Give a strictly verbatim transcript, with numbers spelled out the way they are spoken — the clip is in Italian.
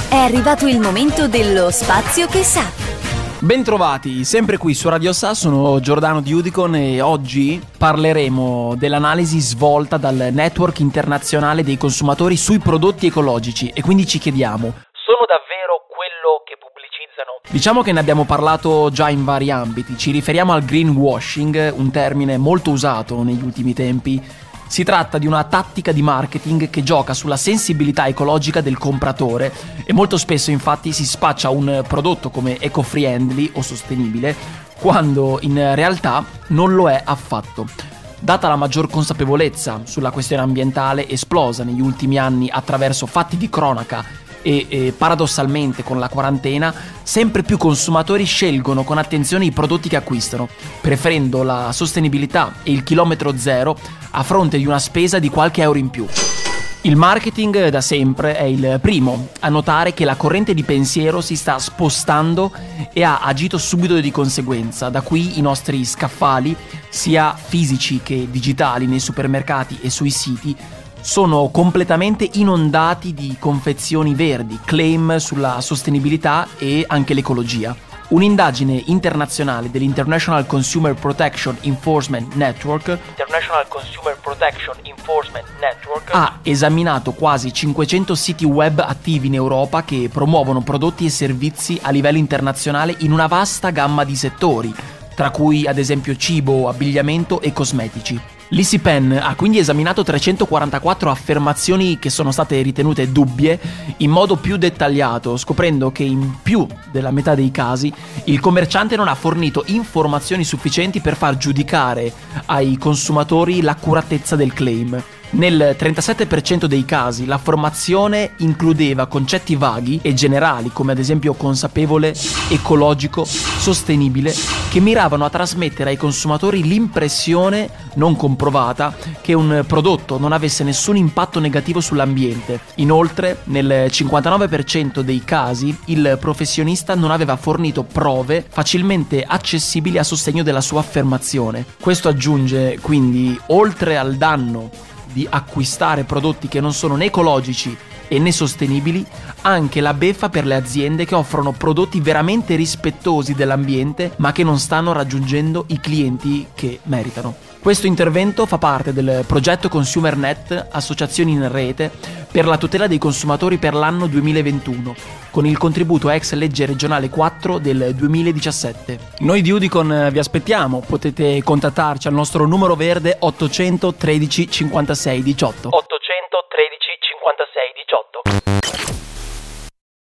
È arrivato il momento dello spazio che sa. Bentrovati, sempre qui su Radio Sa, sono Giordano di Udicon e oggi parleremo dell'analisi svolta dal Network Internazionale dei Consumatori sui prodotti ecologici e quindi ci chiediamo: sono davvero quello che pubblicizzano? Diciamo che ne abbiamo parlato già in vari ambiti, ci riferiamo al greenwashing, un termine molto usato negli ultimi tempi. Si tratta di una tattica di marketing che gioca sulla sensibilità ecologica del compratore e molto spesso infatti si spaccia un prodotto come eco-friendly o sostenibile quando in realtà non lo è affatto. Data la maggior consapevolezza sulla questione ambientale esplosa negli ultimi anni attraverso fatti di cronaca e eh, paradossalmente con la quarantena, sempre più consumatori scelgono con attenzione i prodotti che acquistano, preferendo la sostenibilità e il chilometro zero a fronte di una spesa di qualche euro in più. Il marketing da sempre è il primo a notare che la corrente di pensiero si sta spostando e ha agito subito di conseguenza, da qui i nostri scaffali, sia fisici che digitali, nei supermercati e sui siti, sono completamente inondati di confezioni verdi, claim sulla sostenibilità e anche l'ecologia. Un'indagine internazionale dell'International Consumer Protection Enforcement Network, International Consumer Protection Enforcement Network ha esaminato quasi cinquecento siti web attivi in Europa che promuovono prodotti e servizi a livello internazionale in una vasta gamma di settori, tra cui ad esempio cibo, abbigliamento e cosmetici. L'I S I P E N ha quindi esaminato trecentoquarantaquattro affermazioni che sono state ritenute dubbie in modo più dettagliato, scoprendo che in più della metà dei casi il commerciante non ha fornito informazioni sufficienti per far giudicare ai consumatori l'accuratezza del claim. Nel trentasette per cento dei casi la formazione includeva concetti vaghi e generali come ad esempio consapevole, ecologico, sostenibile, che miravano a trasmettere ai consumatori l'impressione non comprovata che un prodotto non avesse nessun impatto negativo sull'ambiente. Inoltre, nel cinquantanove per cento dei casi il professionista non aveva fornito prove facilmente accessibili a sostegno della sua affermazione. Questo aggiunge quindi, oltre al danno di acquistare prodotti che non sono né ecologici e né sostenibili, anche la beffa per le aziende che offrono prodotti veramente rispettosi dell'ambiente ma che non stanno raggiungendo i clienti che meritano. Questo intervento fa parte del progetto ConsumerNet, associazioni in rete per la tutela dei consumatori per l'anno duemilaventuno, con il contributo ex legge regionale quattro del duemiladiciassette. Noi di Udicon vi aspettiamo, potete contattarci al nostro numero verde ottocentotredici cinquantasei diciotto. ottocentotredici cinquantasei diciotto.